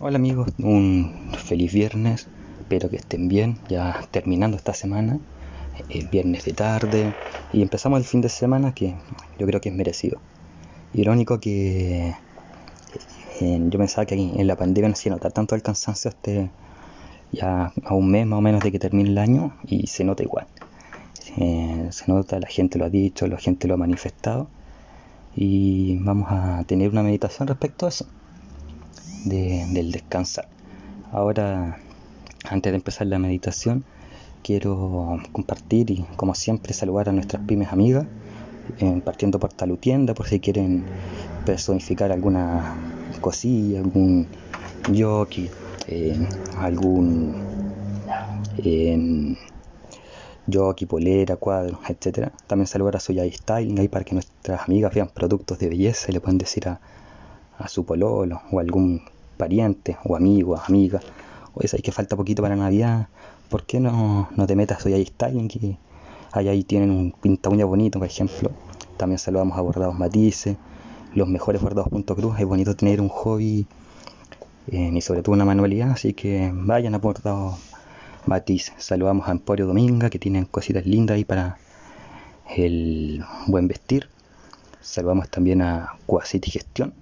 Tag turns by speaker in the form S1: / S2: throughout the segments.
S1: Hola amigos, un feliz viernes, espero que estén bien, ya terminando esta semana, viernes de tarde y empezamos el fin de semana que yo creo que es merecido. Irónico que yo pensaba que en la pandemia no se iba a notar tanto el cansancio ya a un mes más o menos de que termine el año y se nota igual. Se nota, la gente lo ha dicho, la gente lo ha manifestado y vamos a tener una meditación respecto a eso, del descansar. Ahora, antes de empezar la meditación, quiero compartir y, como siempre, saludar a nuestras pymes amigas, partiendo por Talutienda, por si quieren personificar alguna cosilla, algún jockey, algún eh, jockey, polera, cuadros, etcétera. También saludar a Soya Styling ahí para que nuestras amigas vean productos de belleza y le puedan decir a su pololo o algún pariente o amigo, amiga: oye, sabes que falta poquito para Navidad, ¿por qué no te metas hoy ahí Styling? Que ahí tienen un pinta uña bonito, por ejemplo. También saludamos a Bordados Matices, los mejores bordados Punto Cruz. Es bonito tener un hobby y sobre todo una manualidad, así que vayan a Bordados Matices. Saludamos a Emporio Dominga, que tienen cositas lindas ahí para el buen vestir. Saludamos también a Cuacity Gestión,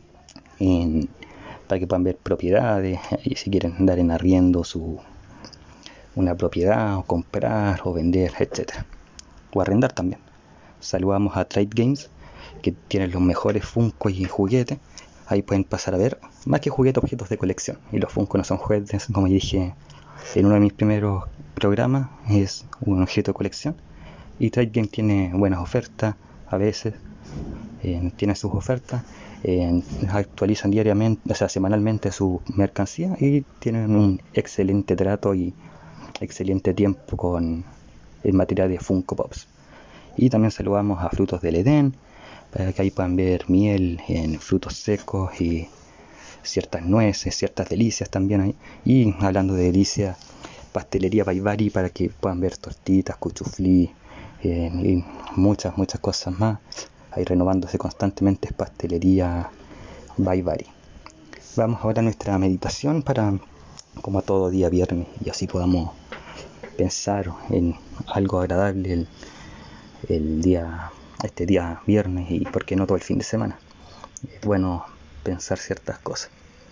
S1: para que puedan ver propiedades y si quieren dar en arriendo una propiedad o comprar o vender, etcétera, o arrendar también. Saludamos a Trade Games, que tienen los mejores Funko y juguetes. Ahí pueden pasar a ver, más que juguetes, objetos de colección. Y los Funko no son juguetes, como dije en uno de mis primeros programas, es un objeto de colección. Y Trade Games tiene buenas ofertas, a veces tiene sus ofertas, actualizan diariamente, o sea, semanalmente su mercancía y tienen un excelente trato y excelente tiempo con el material de Funko Pops. Y también saludamos a Frutos del Edén, para que ahí puedan ver miel en frutos secos y ciertas nueces, ciertas delicias también ahí. Y hablando de delicias, pastelería Bayvari, para que puedan ver tortitas, cuchuflí y muchas cosas más. Ahí renovándose constantemente, es pastelería Bayvari. Vamos ahora a nuestra meditación como a todo día viernes, y así podamos pensar en algo agradable este día viernes y por qué no todo el fin de semana. Es bueno pensar ciertas cosas.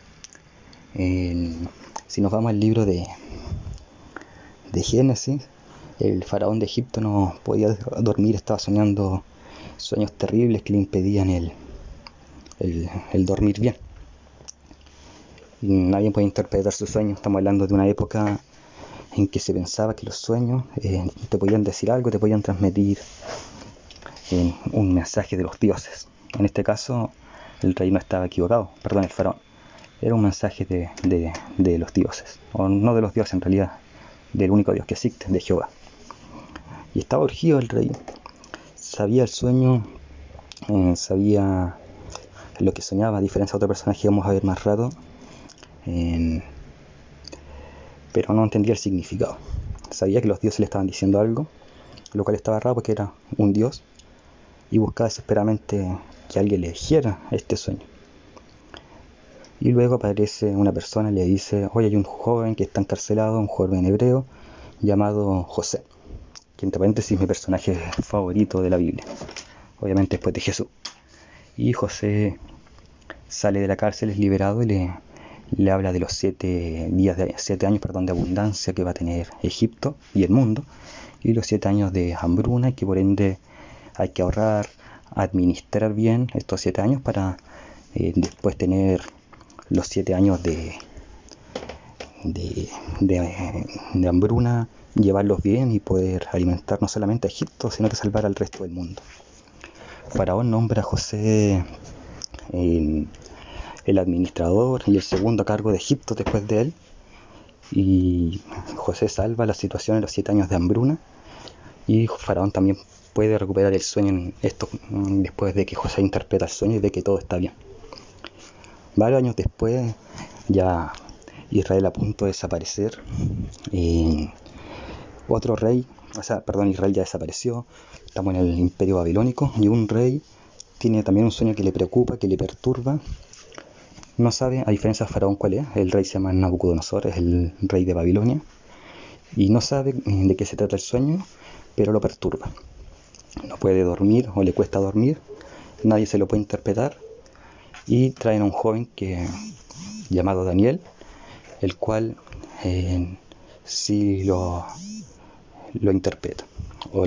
S1: Si nos vamos al libro de Génesis, el faraón de Egipto no podía dormir, estaba soñando sueños terribles que le impedían el dormir bien. Y nadie puede interpretar sus sueños. Estamos hablando de una época en que se pensaba que los sueños te podían decir algo, te podían transmitir un mensaje de los dioses. En este caso, el rey no estaba equivocado, perdón, el faraón. Era un mensaje de los dioses, o no de los dioses en realidad, del único Dios que existe, de Jehová. Y estaba urgido el rey, sabía el sueño, sabía lo que soñaba, a diferencia de otro personaje que vamos a ver más rato, pero no entendía el significado. Sabía que los dioses le estaban diciendo algo, lo cual estaba raro porque era un dios, y buscaba desesperadamente que alguien le dijera este sueño. Y luego aparece una persona y le dice: oye, hay un joven que está encarcelado, un joven hebreo llamado José, que entre paréntesis es mi personaje favorito de la Biblia, obviamente después de Jesús. Y José sale de la cárcel, es liberado y le habla de los 7 años de abundancia que va a tener Egipto y el mundo, y los 7 años de hambruna, y que por ende hay que ahorrar, administrar bien estos 7 años para después tener los 7 años de hambruna, llevarlos bien y poder alimentar no solamente a Egipto, sino que salvar al resto del mundo. Faraón nombra a José el administrador y el segundo a cargo de Egipto después de él, y José salva la situación en los 7 años de hambruna, y Faraón también puede recuperar el sueño después de que José interpreta el sueño y de que todo está bien. Varios años después, ya Israel a punto de desaparecer, otro rey, Israel ya desapareció, estamos en el Imperio Babilónico, y un rey tiene también un sueño que le preocupa, que le perturba, No sabe, a diferencia del faraón, cuál es. El rey se llama Nabucodonosor, es el rey de Babilonia. Y no sabe de qué se trata el sueño, pero lo perturba. No puede dormir o le cuesta dormir, nadie se lo puede interpretar. Y traen a un joven llamado Daniel, el cual sí lo interpreta o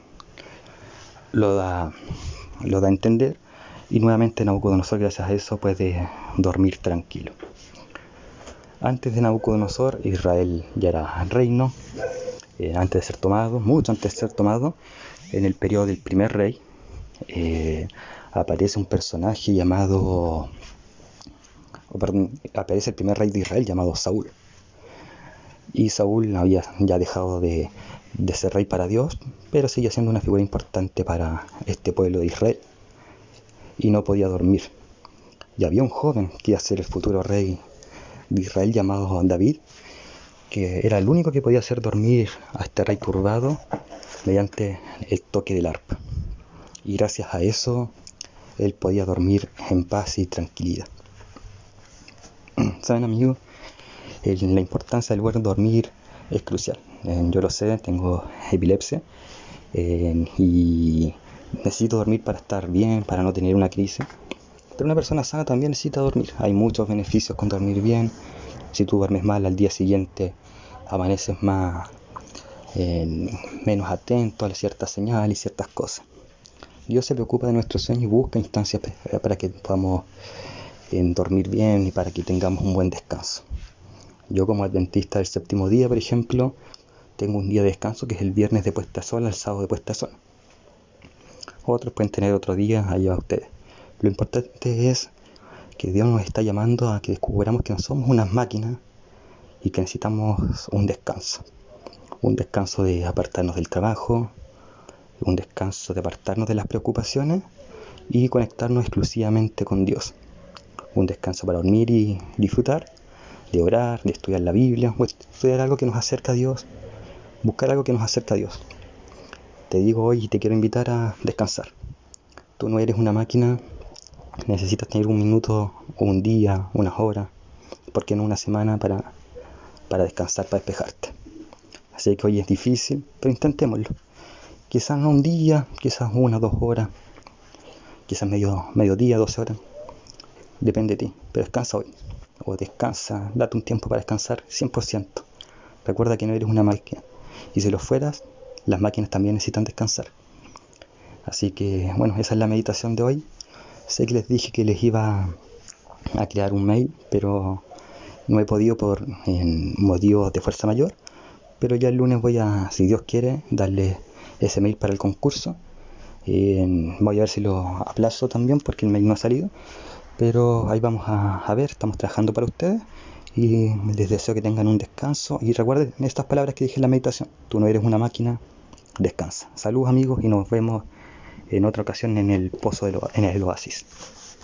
S1: lo da a entender, y nuevamente Nabucodonosor, gracias a eso, puede dormir tranquilo. Antes de Nabucodonosor, Israel ya era reino, antes de ser tomado, mucho antes de ser tomado. En el periodo del primer rey aparece un personaje aparece el primer rey de Israel llamado Saúl. Y Saúl había ya dejado de ser rey para Dios, pero sigue siendo una figura importante para este pueblo de Israel. Y no podía dormir. Y había un joven que iba a ser el futuro rey de Israel llamado David, que era el único que podía hacer dormir a este rey turbado mediante el toque del arpa. Y gracias a eso, él podía dormir en paz y tranquilidad. ¿Saben, amigos? La importancia del buen dormir es crucial. Yo lo sé, tengo epilepsia y necesito dormir para estar bien, para no tener una crisis. Pero una persona sana también necesita dormir. Hay muchos beneficios con dormir bien. Si tú duermes mal, al día siguiente amaneces menos atento a ciertas señales y ciertas cosas. Dios se preocupa de nuestro sueño y busca instancias para que podamos dormir bien y para que tengamos un buen descanso. Yo, como adventista del séptimo día, por ejemplo, tengo un día de descanso que es el viernes de puesta de sol al sábado de puesta de sol. Otros pueden tener otro día, allá a ustedes. Lo importante es que Dios nos está llamando a que descubramos que no somos unas máquinas y que necesitamos un descanso. Un descanso de apartarnos del trabajo, un descanso de apartarnos de las preocupaciones y conectarnos exclusivamente con Dios. Un descanso para dormir y disfrutar, de orar, de estudiar la Biblia, o estudiar algo que nos acerca a Dios, buscar algo que nos acerca a Dios. Te digo hoy y te quiero invitar a descansar. Tú no eres una máquina, necesitas tener un minuto, o un día, unas horas, ¿por qué no una semana para descansar, para despejarte? Así que hoy es difícil, pero intentémoslo. Quizás no un día, quizás 1 o 2 horas, quizás mediodía, 12 horas. Depende de ti, pero descansa hoy. O descansa, date un tiempo para descansar 100%. Recuerda que no eres una máquina. Y si lo fueras, las máquinas también necesitan descansar. Así que, bueno, esa es la meditación de hoy. Sé que les dije que les iba a crear un mail, pero no he podido por motivos de fuerza mayor. Pero ya el lunes voy a, si Dios quiere, darle ese mail para el concurso. Voy a ver si lo aplazo también porque el mail no ha salido. Pero ahí vamos a ver, estamos trabajando para ustedes y les deseo que tengan un descanso. Y recuerden estas palabras que dije en la meditación: tú no eres una máquina, descansa. Saludos, amigos, y nos vemos en otra ocasión en el pozo en el oasis.